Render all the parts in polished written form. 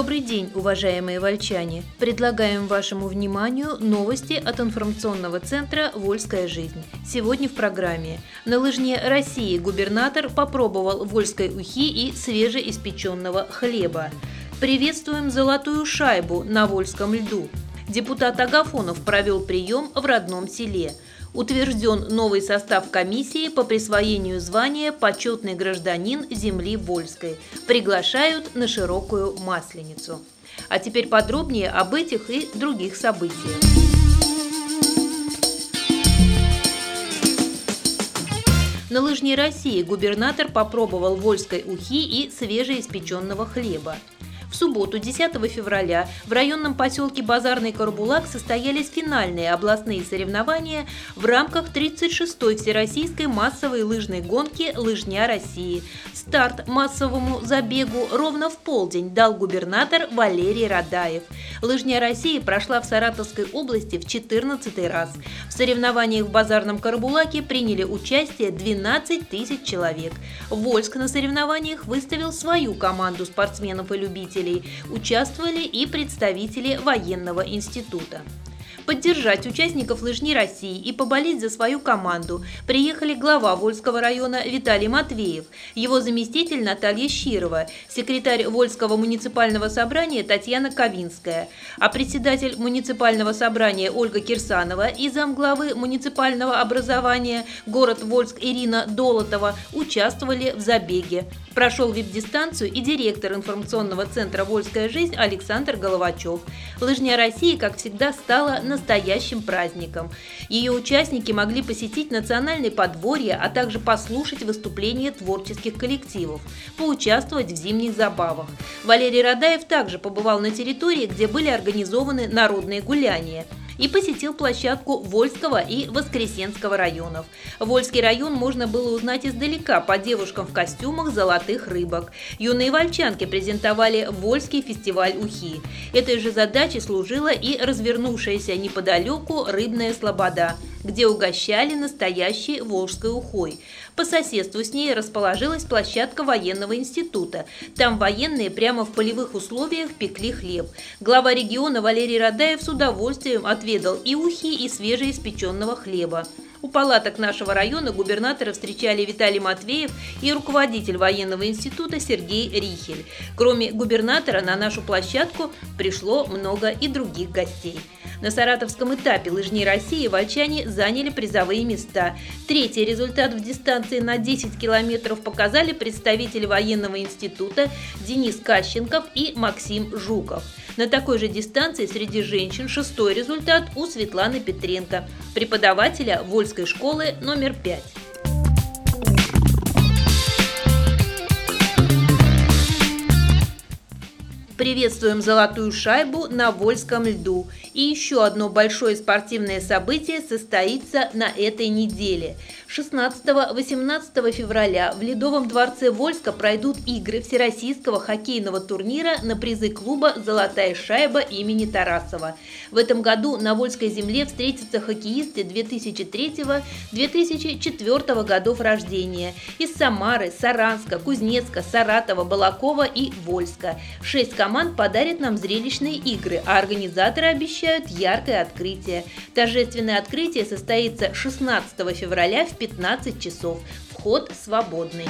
Добрый день, уважаемые вольчане! Предлагаем вашему вниманию новости от информационного центра «Вольская жизнь». Сегодня в программе. На лыжне России губернатор попробовал вольской ухи и свежеиспеченного хлеба. Приветствуем золотую шайбу на Вольском льду. Депутат Агафонов провел прием в родном селе. Утвержден новый состав комиссии по присвоению звания «Почетный гражданин земли Вольской». Приглашают на широкую Масленицу. А теперь подробнее об этих и других событиях. На лыжне России губернатор попробовал вольской ухи и свежеиспеченного хлеба. В субботу, 10 февраля, в районном поселке Базарный Карабулак состоялись финальные областные соревнования в рамках 36-й Всероссийской массовой лыжной гонки «Лыжня России». Старт массовому забегу ровно в полдень дал губернатор Валерий Радаев. «Лыжня России» прошла в Саратовской области в 14-й раз. В соревнованиях в Базарном Карабулаке приняли участие 12 тысяч человек. Вольск на соревнованиях выставил свою команду спортсменов и любителей. Участвовали и представители военного института. Поддержать участников «Лыжни России» и поболеть за свою команду приехали глава Вольского района Виталий Матвеев, его заместитель Наталья Щирова, секретарь Вольского муниципального собрания Татьяна Ковинская, а председатель муниципального собрания Ольга Кирсанова и замглавы муниципального образования город Вольск Ирина Долотова участвовали в забеге. Прошел вип-дистанцию и директор информационного центра «Вольская жизнь» Александр Головачев. «Лыжня России», как всегда, стала настоящим праздником. Ее участники могли посетить национальные подворья, а также послушать выступления творческих коллективов, поучаствовать в зимних забавах. Валерий Радаев также побывал на территории, где были организованы народные гуляния, и посетил площадку Вольского и Воскресенского районов. Вольский район можно было узнать издалека по девушкам в костюмах золотых рыбок. Юные вольчанки презентовали Вольский фестиваль ухи. Этой же задачей служила и развернувшаяся неподалеку рыбная слобода, где угощали настоящей волжской ухой. По соседству с ней расположилась площадка военного института. Там военные прямо в полевых условиях пекли хлеб. Глава региона Валерий Радаев с удовольствием отведал и ухи, и свежеиспеченного хлеба. У палаток нашего района губернатора встречали Виталий Матвеев и руководитель военного института Сергей Рихель. Кроме губернатора на нашу площадку пришло много и других гостей. На саратовском этапе «Лыжни России» вольчане заняли призовые места. Третий результат в дистанции на 10 километров показали представители военного института Денис Кащенков и Максим Жуков. На такой же дистанции среди женщин шестой результат у Светланы Петренко, преподавателя Вольской школы номер 5. Приветствуем золотую шайбу на Вольском льду. И еще одно большое спортивное событие состоится на этой неделе. 16-18 февраля в Ледовом дворце Вольска пройдут игры Всероссийского хоккейного турнира на призы клуба «Золотая шайба» имени Тарасова. В этом году на Вольской земле встретятся хоккеисты 2003-2004 годов рождения из Самары, Саранска, Кузнецка, Саратова, Балакова и Вольска. 6 команд подарят нам зрелищные игры, а организаторы обещают яркое открытие. Торжественное открытие состоится 16 февраля в 15 часов. Вход свободный.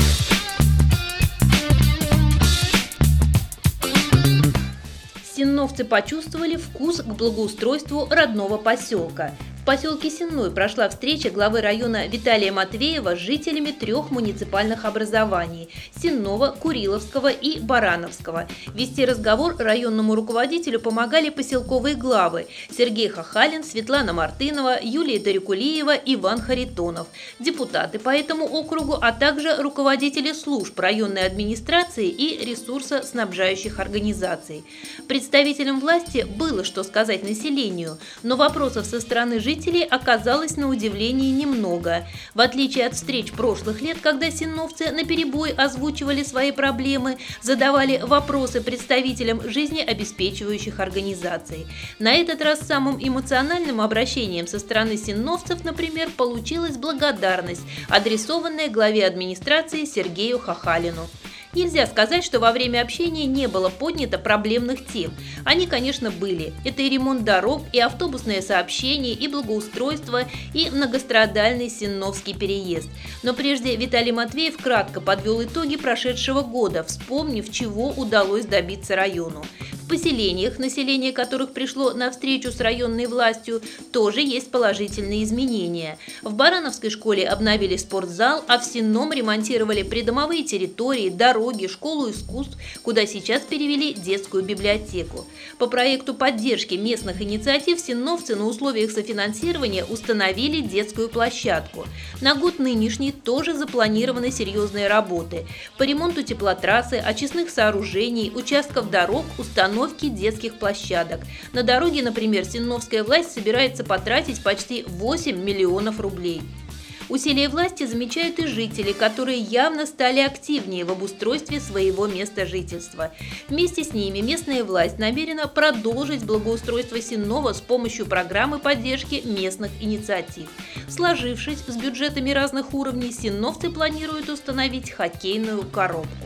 Сенновцы почувствовали вкус к благоустройству родного поселка. В поселке Сенной прошла встреча главы района Виталия Матвеева с жителями 3 муниципальных образований – Сенного, Куриловского и Барановского. Вести разговор районному руководителю помогали поселковые главы – Сергей Хахалин, Светлана Мартынова, Юлия Тарикулиева, Иван Харитонов, депутаты по этому округу, а также руководители служб районной администрации и ресурсоснабжающих организаций. Представителям власти было что сказать населению, но вопросов со стороны жителей оказалось на удивление немного. В отличие от встреч прошлых лет, когда сенновцы наперебой озвучивали свои проблемы, задавали вопросы представителям жизнеобеспечивающих организаций. На этот раз самым эмоциональным обращением со стороны сенновцев, например, получилась благодарность, адресованная главе администрации Сергею Хахалину. Нельзя сказать, что во время общения не было поднято проблемных тем. Они, конечно, были. Это и ремонт дорог, и автобусное сообщение, и благоустройство, и многострадальный Сенновский переезд. Но прежде Виталий Матвеев кратко подвел итоги прошедшего года, вспомнив, чего удалось добиться району. В поселениях, население которых пришло на встречу с районной властью, тоже есть положительные изменения. В Барановской школе обновили спортзал, а в Сенном ремонтировали придомовые территории, дороги, школу искусств, куда сейчас перевели детскую библиотеку. По проекту поддержки местных инициатив сенновцы на условиях софинансирования установили детскую площадку. На год нынешний тоже запланированы серьезные работы по ремонту теплотрассы, очистных сооружений, участков дорог, установки детских площадок. На дороге, например, сенновская власть собирается потратить почти 8 миллионов рублей. Усилия власти замечают и жители, которые явно стали активнее в обустройстве своего места жительства. Вместе с ними местная власть намерена продолжить благоустройство Сеннова с помощью программы поддержки местных инициатив. Сложившись с бюджетами разных уровней, сенновцы планируют установить хоккейную коробку.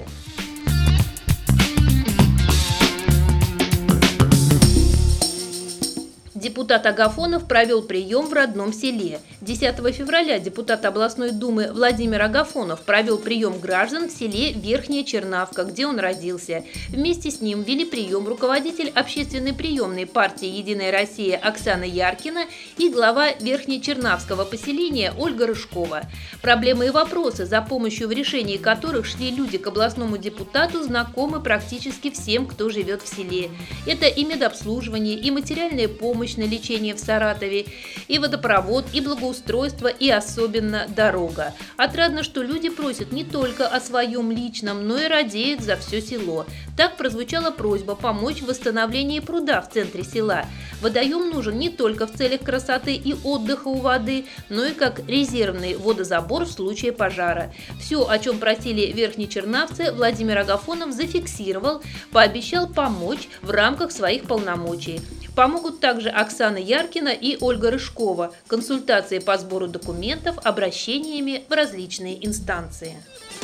Депутат Агафонов провел прием в родном селе. 10 февраля депутат областной думы Владимир Агафонов провел прием граждан в селе Верхняя Чернавка, где он родился. Вместе с ним вели прием руководитель общественной приемной партии «Единая Россия» Оксана Яркина и глава Верхнечернавского поселения Ольга Рыжкова. Проблемы и вопросы, за помощью в решении которых шли люди к областному депутату, знакомы практически всем, кто живет в селе. Это и медобслуживание, и материальная помощь на лечение в Саратове, и водопровод, и благоустройство, и особенно дорога. Отрадно, что люди просят не только о своем личном, но и радеют за все село. Так прозвучала просьба помочь в восстановлении пруда в центре села. Водоем нужен не только в целях красоты и отдыха у воды, но и как резервный водозабор в случае пожара. Все, о чем просили верхнечернавцы, Владимир Агафонов зафиксировал, пообещал помочь в рамках своих полномочий. Помогут также Оксана Яркина и Ольга Рыжкова, консультации по сбору документов, обращениями в различные инстанции.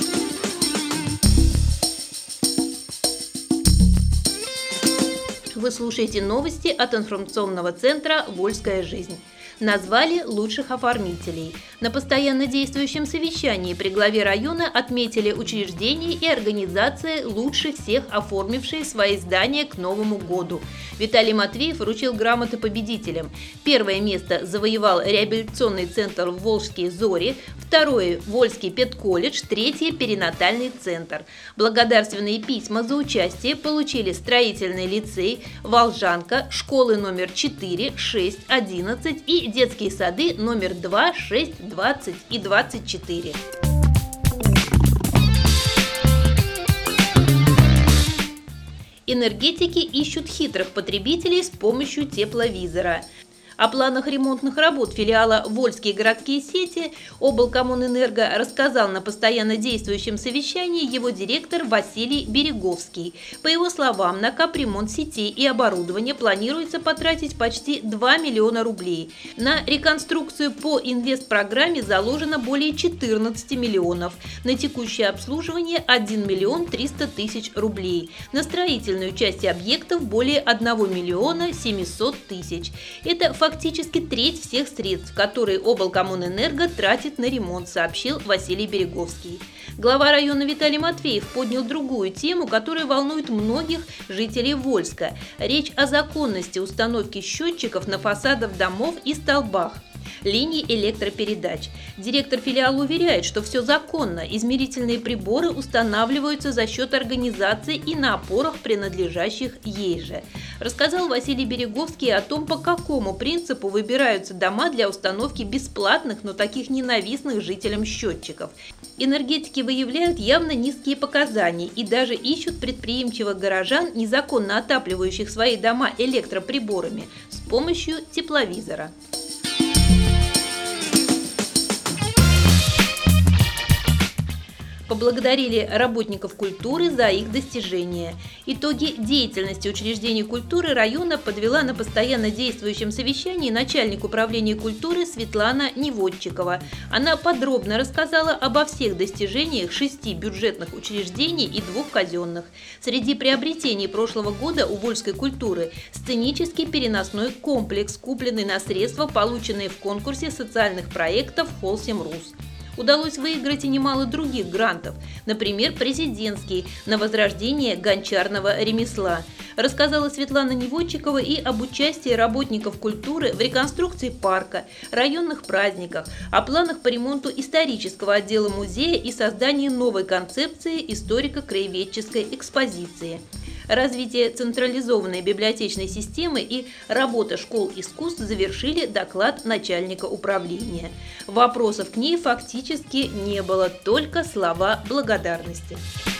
Вы слушаете новости от информационного центра «Вольская жизнь». Назвали лучших оформителей. На постоянно действующем совещании при главе района отметили учреждения и организации, лучше всех оформившие свои здания к Новому году. Виталий Матвеев вручил грамоты победителям. Первое место завоевал реабилитационный центр «Волжские зори», второе – Вольский педколледж, третье – перинатальный центр. Благодарственные письма за участие получили строительный лицей, Волжанка, школы номер 4, 6, 11 и детские сады номер 2, 6, 20 и 24. Энергетики ищут хитрых потребителей с помощью тепловизора. О планах ремонтных работ филиала «Вольские городские сети» облкоммунэнерго рассказал на постоянно действующем совещании его директор Василий Береговский. По его словам, на капремонт сетей и оборудования планируется потратить почти 2 миллиона рублей. На реконструкцию по инвестпрограмме заложено более 14 миллионов. На текущее обслуживание 1 миллион 300 тысяч рублей. На строительную часть объектов более 1 миллиона 700 тысяч. Это фактически треть всех средств, которые облкоммунэнерго тратит на ремонт, сообщил Василий Береговский. Глава района Виталий Матвеев поднял другую тему, которая волнует многих жителей Вольска. Речь о законности установки счетчиков на фасадах домов и столбах линий электропередач. Директор филиала уверяет, что все законно. Измерительные приборы устанавливаются за счет организации и на опорах, принадлежащих ей же. Рассказал Василий Береговский о том, по какому принципу выбираются дома для установки бесплатных, но таких ненавистных жителям счетчиков. Энергетики выявляют явно низкие показания и даже ищут предприимчивых горожан, незаконно отапливающих свои дома электроприборами, с помощью тепловизора. поблагодарили работников культуры за их достижения. Итоги деятельности учреждений культуры района подвела на постоянно действующем совещании начальник управления культуры Светлана Неводчикова. Она подробно рассказала обо всех достижениях 6 бюджетных учреждений и 2 казенных. Среди приобретений прошлого года у Вольской культуры – сценический переносной комплекс, купленный на средства, полученные в конкурсе социальных проектов «Холсим-Рус». Удалось выиграть и немало других грантов, например, президентский на возрождение гончарного ремесла. Рассказала Светлана Неводчикова и об участии работников культуры в реконструкции парка, районных праздниках, о планах по ремонту исторического отдела музея и создании новой концепции историко-краеведческой экспозиции. Развитие централизованной библиотечной системы и работа школ искусств завершили доклад начальника управления. Вопросов к ней фактически не было, только слова благодарности.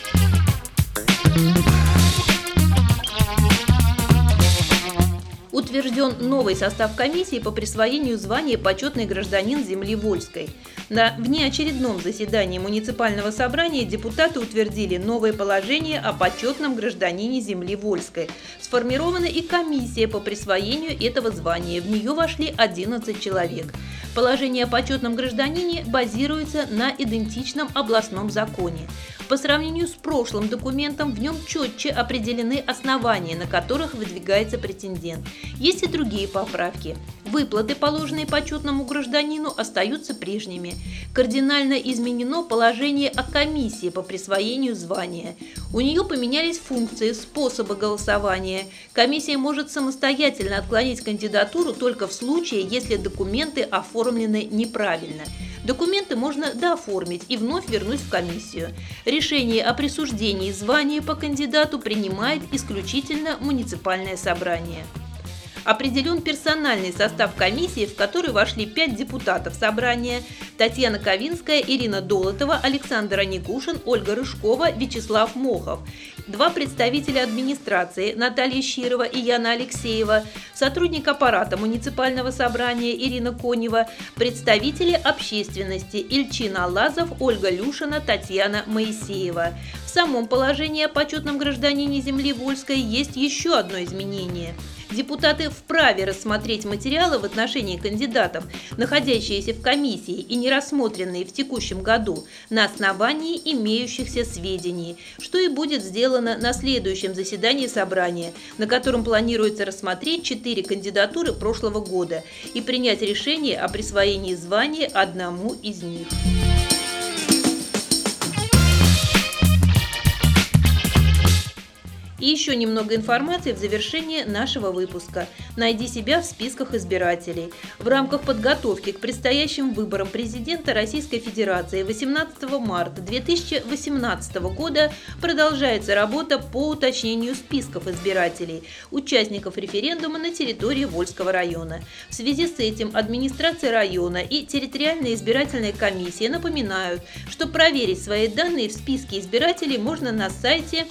Утвержден новый состав комиссии по присвоению звания «Почетный гражданин земли Вольской». На внеочередном заседании муниципального собрания депутаты утвердили новое положение о почетном гражданине земли Вольской. Сформирована и комиссия по присвоению этого звания. В нее вошли 11 человек. Положение о почетном гражданине базируется на идентичном областном законе. По сравнению с прошлым документом в нем четче определены основания, на которых выдвигается претендент. Есть и другие поправки. Выплаты, положенные почетному гражданину, остаются прежними. Кардинально изменено положение о комиссии по присвоению звания. У нее поменялись функции, способы голосования. Комиссия может самостоятельно отклонить кандидатуру только в случае, если документы оформлены неправильно. Документы можно дооформить и вновь вернуть в комиссию. Решение о присуждении звания по кандидату принимает исключительно муниципальное собрание. Определен персональный состав комиссии, в который вошли 5 депутатов собрания: Татьяна Ковинская, Ирина Долотова, Александр Аникушин, Ольга Рыжкова, Вячеслав Мохов, 2 представителя администрации: Наталья Щирова и Яна Алексеева, сотрудник аппарата муниципального собрания Ирина Конева, представители общественности: Ильчин Аллазов, Ольга Люшина, Татьяна Моисеева. В самом положении о почетном гражданине земли Вольской есть еще одно изменение. Депутаты вправе рассмотреть материалы в отношении кандидатов, находящиеся в комиссии и не рассмотренные в текущем году, на основании имеющихся сведений, что и будет сделано на следующем заседании собрания, на котором планируется рассмотреть 4 кандидатуры прошлого года и принять решение о присвоении звания одному из них. И еще немного информации в завершение нашего выпуска. Найди себя в списках избирателей. В рамках подготовки к предстоящим выборам президента Российской Федерации 18 марта 2018 года продолжается работа по уточнению списков избирателей, участников референдума на территории Вольского района. В связи с этим администрация района и территориальная избирательная комиссия напоминают, что проверить свои данные в списке избирателей можно на сайте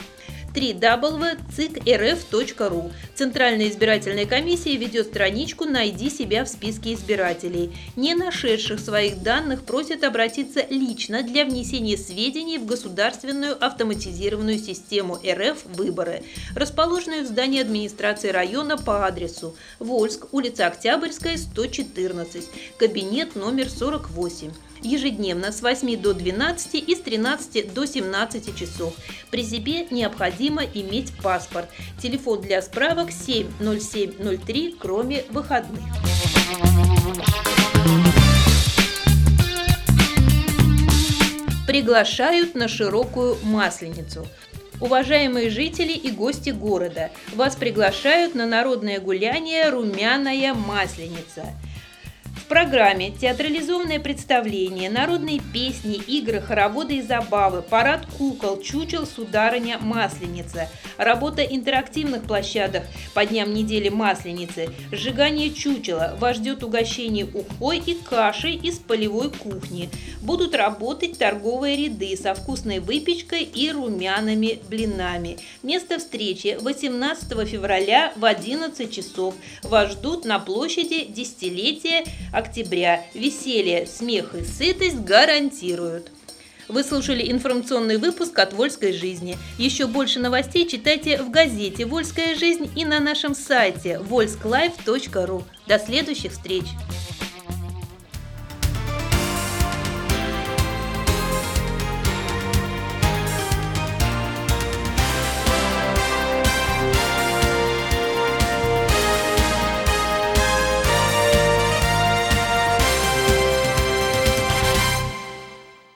www.cikrf.ru. Центральная избирательная комиссия ведет страничку «Найди себя в списке избирателей». Не нашедших своих данных просят обратиться лично для внесения сведений в государственную автоматизированную систему РФ «Выборы», расположенную в здании администрации района по адресу: Вольск, улица Октябрьская, 114, кабинет номер 48. Ежедневно с 8 до 12 и с 13 до 17 часов. При себе необходимо иметь паспорт. Телефон для справок 70703, кроме выходных. Приглашают на широкую Масленицу. Уважаемые жители и гости города, вас приглашают на народное гуляние «Румяная Масленица». В программе театрализованное представление, народные песни, игры, хороводы и забавы, парад кукол, чучел, сударыня, Масленица, работа интерактивных площадок по дням недели Масленицы, сжигание чучела, вас ждет угощение ухой и кашей из полевой кухни. Будут работать торговые ряды со вкусной выпечкой и румяными блинами. Место встречи 18 февраля в 11 часов. Вас ждут на площади Десятилетия октября. Веселье, смех и сытость гарантируют. Вы слушали информационный выпуск от «Вольской жизни». Еще больше новостей читайте в газете «Вольская жизнь» и на нашем сайте volsklife.ru. До следующих встреч!